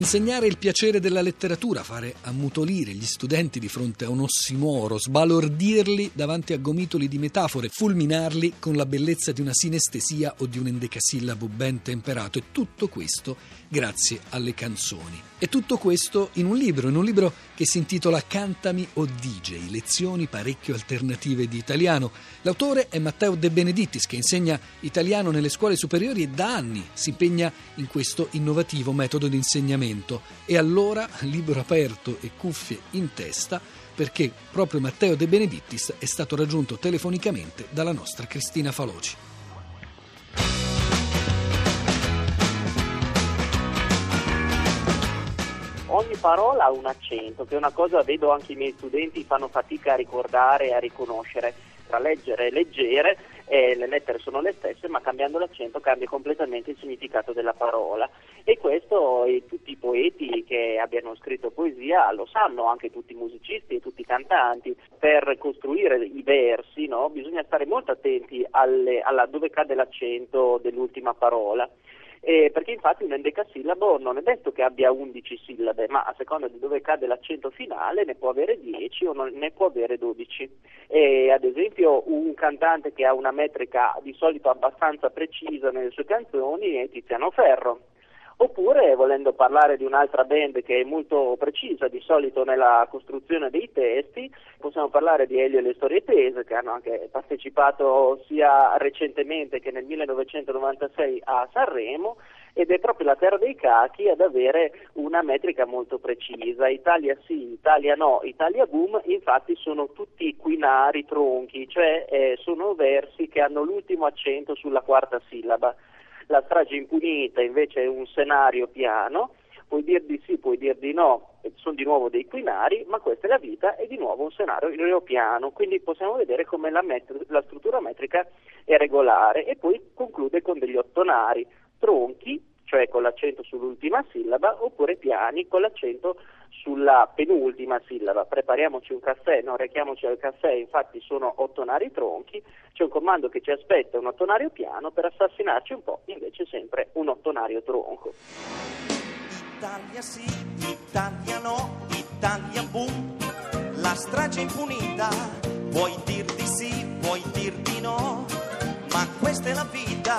Insegnare il piacere della letteratura, fare ammutolire gli studenti di fronte a un ossimoro, sbalordirli davanti a gomitoli di metafore, fulminarli con la bellezza di una sinestesia o di un endecasillabo ben temperato. E tutto questo grazie alle canzoni. E tutto questo in un libro che si intitola Cantami o DJ, lezioni parecchio alternative di italiano. L'autore è Matteo De Benedittis, che insegna italiano nelle scuole superiori e da anni si impegna in questo innovativo metodo di insegnamento. E allora, libro aperto e cuffie in testa, perché proprio Matteo De Benedittis è stato raggiunto telefonicamente dalla nostra Cristina Faloci. Ogni parola ha un accento, che è una cosa, vedo anche i miei studenti fanno fatica a ricordare e a riconoscere. Tra leggere e leggere, le lettere sono le stesse, ma cambiando l'accento cambia completamente il significato della parola. E questo tutti i poeti che abbiano scritto poesia lo sanno, anche tutti i musicisti e tutti i cantanti. Per costruire i versi, no, bisogna stare molto attenti alla dove cade l'accento dell'ultima parola. Perché infatti un endecasillabo non è detto che abbia 11 sillabe, ma a seconda di dove cade l'accento finale ne può avere 10 o ne può avere 12. Ad esempio un cantante che ha una metrica di solito abbastanza precisa nelle sue canzoni è Tiziano Ferro. Oppure, volendo parlare di un'altra band che è molto precisa di solito nella costruzione dei testi, possiamo parlare di Elio e le Storie Tese, che hanno anche partecipato sia recentemente che nel 1996 a Sanremo, ed è proprio la Terra dei Cachi ad avere una metrica molto precisa. Italia sì, Italia no, Italia boom, infatti sono tutti quinari tronchi, cioè sono versi che hanno l'ultimo accento sulla quarta sillaba. La strage impunita invece è un senario piano, puoi dir di sì, puoi dir di no, sono di nuovo dei quinari, ma questa è la vita, è di nuovo un senario piano, quindi possiamo vedere come la struttura metrica è regolare. E poi conclude con degli ottonari, tronchi, cioè con l'accento sull'ultima sillaba, oppure piani con l'accento sulla penultima sillaba. Prepariamoci un caffè, non rechiamoci al caffè, infatti sono ottonari tronchi, c'è un comando che ci aspetta, un ottonario piano, per assassinarci un po', invece sempre un ottonario tronco. Italia sì, Italia no, Italia boom, la strage impunita, vuoi dir di sì, vuoi dir di no, ma questa è la vita,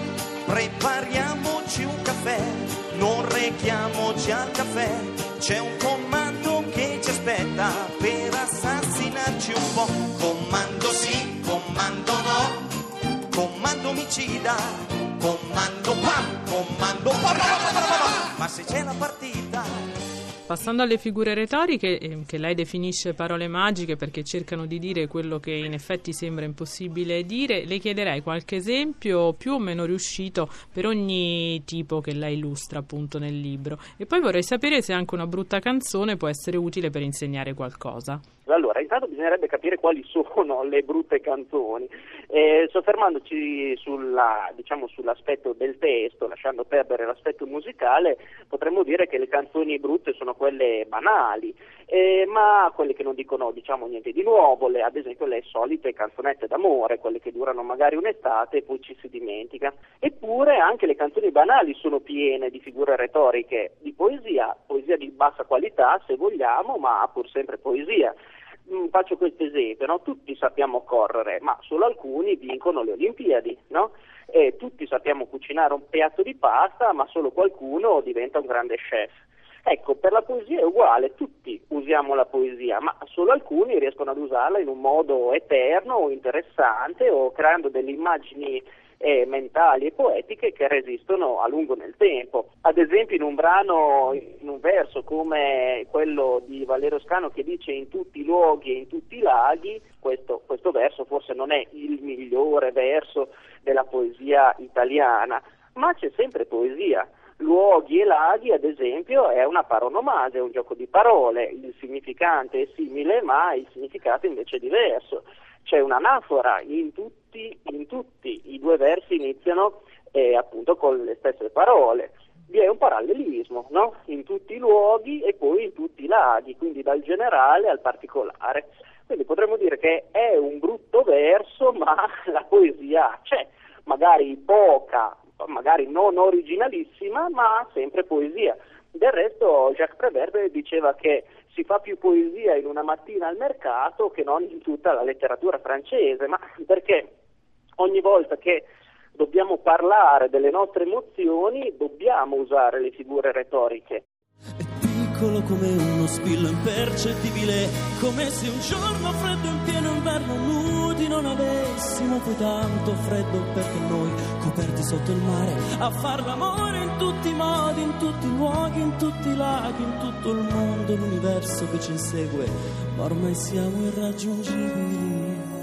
prepariamoci un caffè, non rechiamoci al caffè, c'è un comando che ci aspetta per assassinarci un po'. Comando sì, comando no, comando omicida, comando pam, comando pam, ma se c'è la partita. Passando alle figure retoriche, che lei definisce parole magiche perché cercano di dire quello che in effetti sembra impossibile dire, le chiederei qualche esempio più o meno riuscito per ogni tipo che lei illustra appunto nel libro. E poi vorrei sapere se anche una brutta canzone può essere utile per insegnare qualcosa. Allora, intanto bisognerebbe capire quali sono le brutte canzoni. Soffermandoci sull'aspetto del testo, lasciando perdere l'aspetto musicale, potremmo dire che le canzoni brutte sono quelle banali, ma quelle che non dicono niente di nuovo, ad esempio le solite canzonette d'amore, quelle che durano magari un'estate e poi ci si dimentica. Eppure anche le canzoni banali sono piene di figure retoriche, di poesia di bassa qualità se vogliamo, ma pur sempre poesia. Faccio questo esempio, no? Tutti sappiamo correre, ma solo alcuni vincono le Olimpiadi, no? E tutti sappiamo cucinare un piatto di pasta, ma solo qualcuno diventa un grande chef. Ecco, per la poesia è uguale, tutti usiamo la poesia, ma solo alcuni riescono ad usarla in un modo eterno o interessante o creando delle immagini mentali e poetiche che resistono a lungo nel tempo. Ad esempio in un brano, in un verso come quello di Valerio Scano che dice in tutti i luoghi e in tutti i laghi, questo verso forse non è il migliore verso della poesia italiana, ma c'è sempre poesia. Luoghi e laghi, ad esempio, è una paronomasia, è un gioco di parole, il significante è simile ma il significato invece è diverso. C'è un'anafora in tutti i due versi iniziano appunto con le stesse parole. Vi è un parallelismo, no? In tutti i luoghi e poi in tutti i laghi, quindi dal generale al particolare. Quindi potremmo dire che è un brutto verso, ma la poesia c'è, magari poca, magari non originalissima, ma sempre poesia. Del resto Jacques Prévert diceva che si fa più poesia in una mattina al mercato che non in tutta la letteratura francese, ma perché ogni volta che dobbiamo parlare delle nostre emozioni dobbiamo usare le figure retoriche. Piccolo come uno spillo impercettibile, come se un giorno freddo in pieno inverno nudi non avessimo poi tanto freddo, perché noi coperti sotto il mare a far l'amore in tutti i modi, in tutti i luoghi, in tutti i laghi, in tutto il mondo, l'universo che ci insegue, ma ormai siamo irraggiungibili.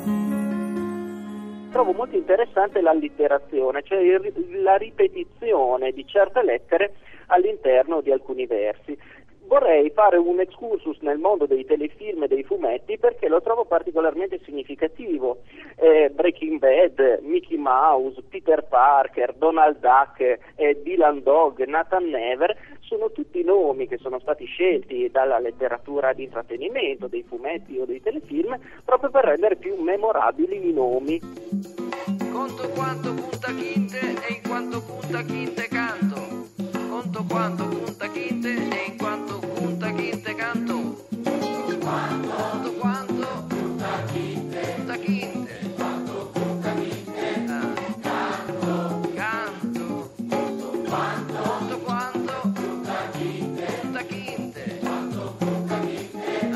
Trovo molto interessante l'allitterazione, cioè la ripetizione di certe lettere all'interno di alcuni versi. Vorrei fare un excursus nel mondo dei telefilm e dei fumetti perché lo trovo particolarmente significativo. Breaking Bad, Mickey Mouse, Peter Parker, Donald Duck, Dylan Dog, Nathan Never sono tutti nomi che sono stati scelti dalla letteratura di intrattenimento, dei fumetti o dei telefilm, proprio per rendere più memorabili i nomi. Conto quanto punta quinte e in quanto punta quinte canto. Conto quanto punta quinte e in quanto punta quinte canto. Conto quanto punta quinte, punta quinte. Quanto punta quinte, canto. Canto. Conto quanto punta quinte, punta quinte. Quanto punta quinte,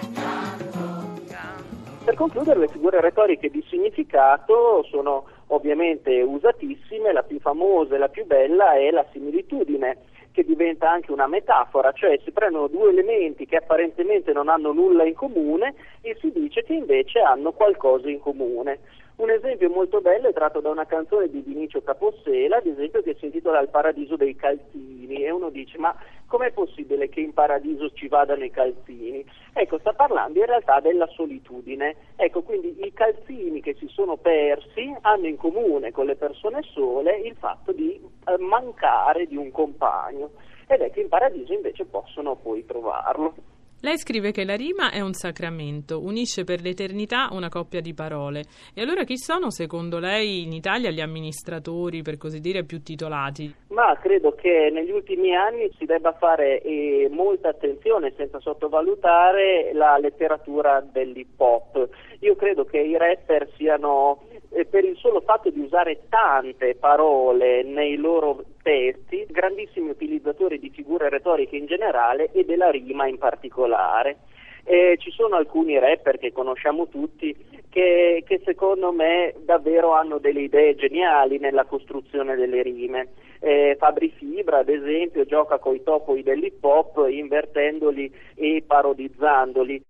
canto. Per concludere, le figure retoriche di significato sono ovviamente usatissime. La più famosa e la più bella è la similitudine, che diventa anche una metafora, cioè si prendono due elementi che apparentemente non hanno nulla in comune e si dice che invece hanno qualcosa in comune. Un esempio molto bello è tratto da una canzone di Vinicio Capossela, ad esempio, che si intitola Il paradiso dei calzini, e uno dice: ma com'è possibile che in paradiso ci vadano i calzini? Ecco, sta parlando in realtà della solitudine. Ecco, quindi i calzini che si sono persi hanno in comune con le persone sole il fatto di mancare di un compagno, ed è che in paradiso invece possono poi trovarlo. Lei scrive che la rima è un sacramento, unisce per l'eternità una coppia di parole. E allora chi sono secondo lei in Italia gli amministratori, per così dire, più titolati? Ma credo che negli ultimi anni si debba fare molta attenzione, senza sottovalutare la letteratura dell'hip hop. Io credo che i rapper siano, per il solo fatto di usare tante parole nei loro testi, grandissimi utilizzatori di figure retoriche in generale e della rima in particolare. Ci sono alcuni rapper che conosciamo tutti che secondo me davvero hanno delle idee geniali nella costruzione delle rime. Fabri Fibra, ad esempio, gioca coi topoi dell'hip hop invertendoli e parodizzandoli.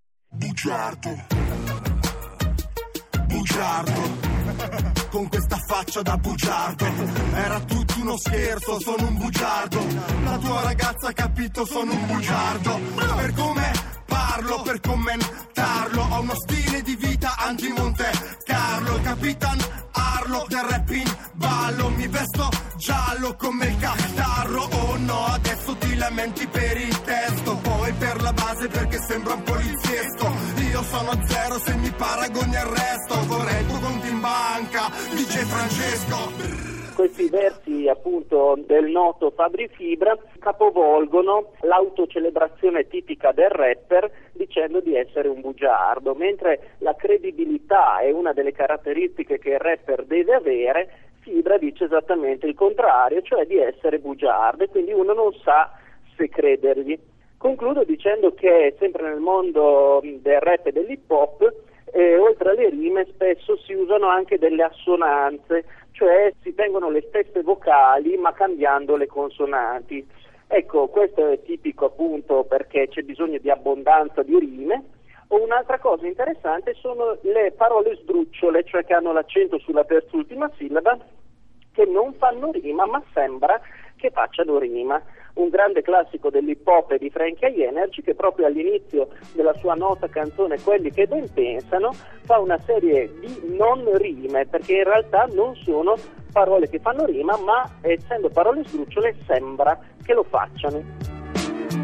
Bugiardo, con questa faccia da bugiardo, era tutto uno scherzo, sono un bugiardo, la tua ragazza ha capito, sono un bugiardo, per come parlo, per commentarlo, ho uno stile di vita anti-Monte Carlo, il Capitan Harlock del rap in ballo, mi vesto giallo come il catarro, oh no, adesso ti lamenti per il testo, poi per la base perché sembra un poliziesco, io sono zero se mi paragoni al resto, vorrei tuo conto in banca, dice Francesco. Questi versi appunto del noto Fabri Fibra capovolgono l'autocelebrazione tipica del rapper dicendo di essere un bugiardo, mentre la credibilità è una delle caratteristiche che il rapper deve avere. Fibra dice esattamente il contrario, cioè di essere bugiardo, e quindi uno non sa se credergli. Concludo dicendo che sempre nel mondo del rap e dell'hip hop, oltre alle rime spesso si usano anche delle assonanze, cioè si tengono le stesse vocali ma cambiando le consonanti. Ecco, questo è tipico appunto perché c'è bisogno di abbondanza di rime. O un'altra cosa interessante sono le parole sdrucciole, cioè che hanno l'accento sulla terz'ultima sillaba, che non fanno rima ma sembra che facciano rima. Un grande classico dell'hip hop è di Frankie Energy, che proprio all'inizio della sua nota canzone Quelli che ben pensano fa una serie di non rime, perché in realtà non sono parole che fanno rima, ma essendo parole sdrucciole sembra che lo facciano. Sono in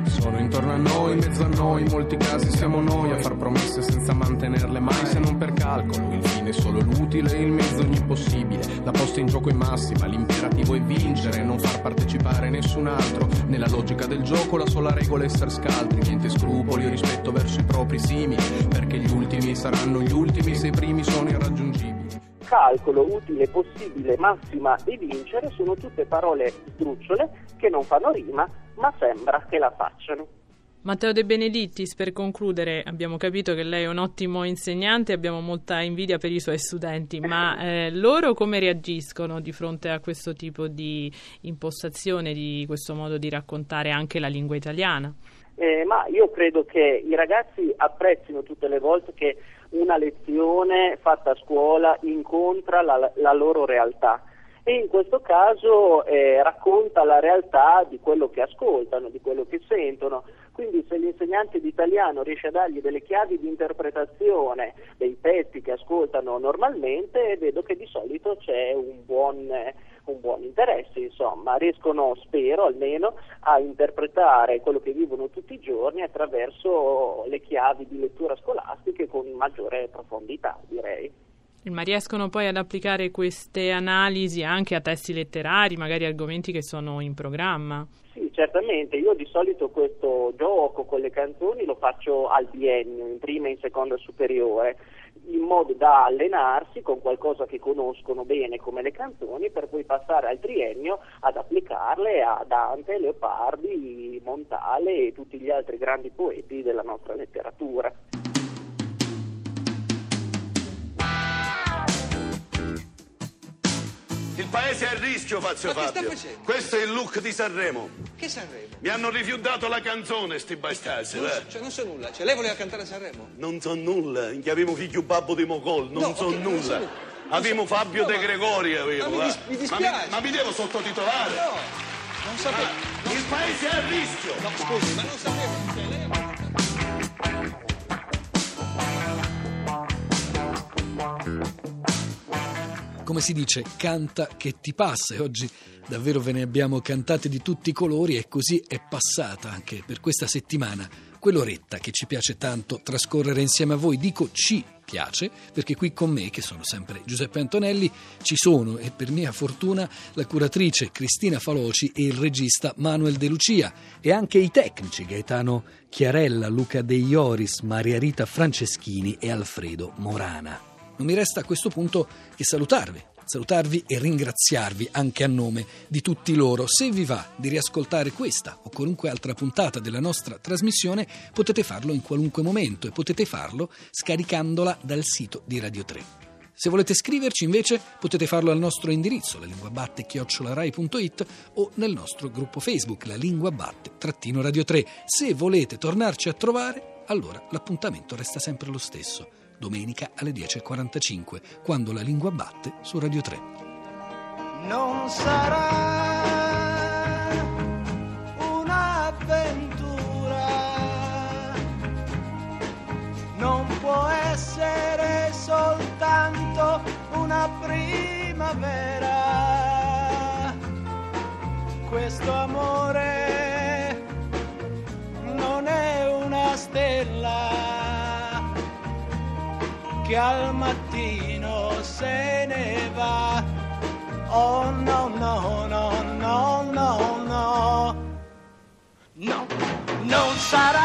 intorno a noi, in mezzo a noi, in molti casi siamo noi a far promesse senza mantenerle mai, se non per calcolo. Il fine è solo l'utile, il mezzo ogni possibile. La posta in gioco è massima, l'imperativo è vincere, non far partecipare nessun altro. Nella logica del gioco la sola regola è essere scaltri, niente scrupoli o rispetto verso i propri simili, perché gli ultimi saranno gli ultimi se i primi sono irraggiungibili. Calcolo, utile, possibile, massima e vincere sono tutte parole sdrucciole che non fanno rima, ma sembra che la facciano. Matteo De Benedittis, per concludere, abbiamo capito che lei è un ottimo insegnante e abbiamo molta invidia per i suoi studenti, ma loro come reagiscono di fronte a questo tipo di impostazione, di questo modo di raccontare anche la lingua italiana? Ma io credo che i ragazzi apprezzino tutte le volte che una lezione fatta a scuola incontra la loro realtà e in questo caso racconta la realtà di quello che ascoltano, di quello che sentono. Quindi se l'insegnante di italiano riesce a dargli delle chiavi di interpretazione dei testi che ascoltano normalmente, vedo che di solito c'è un buon interesse, insomma, riescono, spero almeno, a interpretare quello che vivono tutti i giorni attraverso le chiavi di lettura scolastiche con maggiore profondità, direi. Ma riescono poi ad applicare queste analisi anche a testi letterari, magari argomenti che sono in programma? Sì, certamente. Io di solito questo gioco con le canzoni lo faccio al biennio, in prima e in seconda superiore, in modo da allenarsi con qualcosa che conoscono bene come le canzoni, per poi passare al triennio ad applicarle a Dante, Leopardi, Montale e tutti gli altri grandi poeti della nostra letteratura. Il paese è a rischio, Fazio Fabio. Questo è il look di Sanremo. Che Sanremo? Mi hanno rifiutato la canzone, sti bastardi. Non so nulla. Lei voleva cantare a Sanremo? Non so nulla. Che avevo figlio babbo di Mogol. Non so nulla. Avevo Fabio De Gregori. Mi dispiace. Ma mi devo sottotitolare? No, non sapevo. Il paese è a rischio. No, scusi, ma non sapevo. Come si dice, canta che ti passa, e oggi davvero ve ne abbiamo cantate di tutti i colori e così è passata anche per questa settimana quell'oretta che ci piace tanto trascorrere insieme a voi. Dico ci piace perché qui con me, che sono sempre Giuseppe Antonelli, ci sono, e per mia fortuna, la curatrice Cristina Faloci e il regista Manuel De Lucia, e anche i tecnici Gaetano Chiarella, Luca De Ioris, Maria Rita Franceschini e Alfredo Morana. Non mi resta a questo punto che salutarvi e ringraziarvi anche a nome di tutti loro. Se vi va di riascoltare questa o qualunque altra puntata della nostra trasmissione, potete farlo in qualunque momento e potete farlo scaricandola dal sito di Radio 3. Se volete scriverci invece potete farlo al nostro indirizzo lalinguabatte@rai.it o nel nostro gruppo Facebook La Lingua Batte-Radio 3. Se volete tornarci a trovare, allora l'appuntamento resta sempre lo stesso. Domenica alle 10:45, quando La Lingua Batte su Radio 3. Non sarà un'avventura, non può essere soltanto una primavera. Questo amore non è una stella che al mattino se ne va. Oh no, no, no, no, no, no. No, non sarà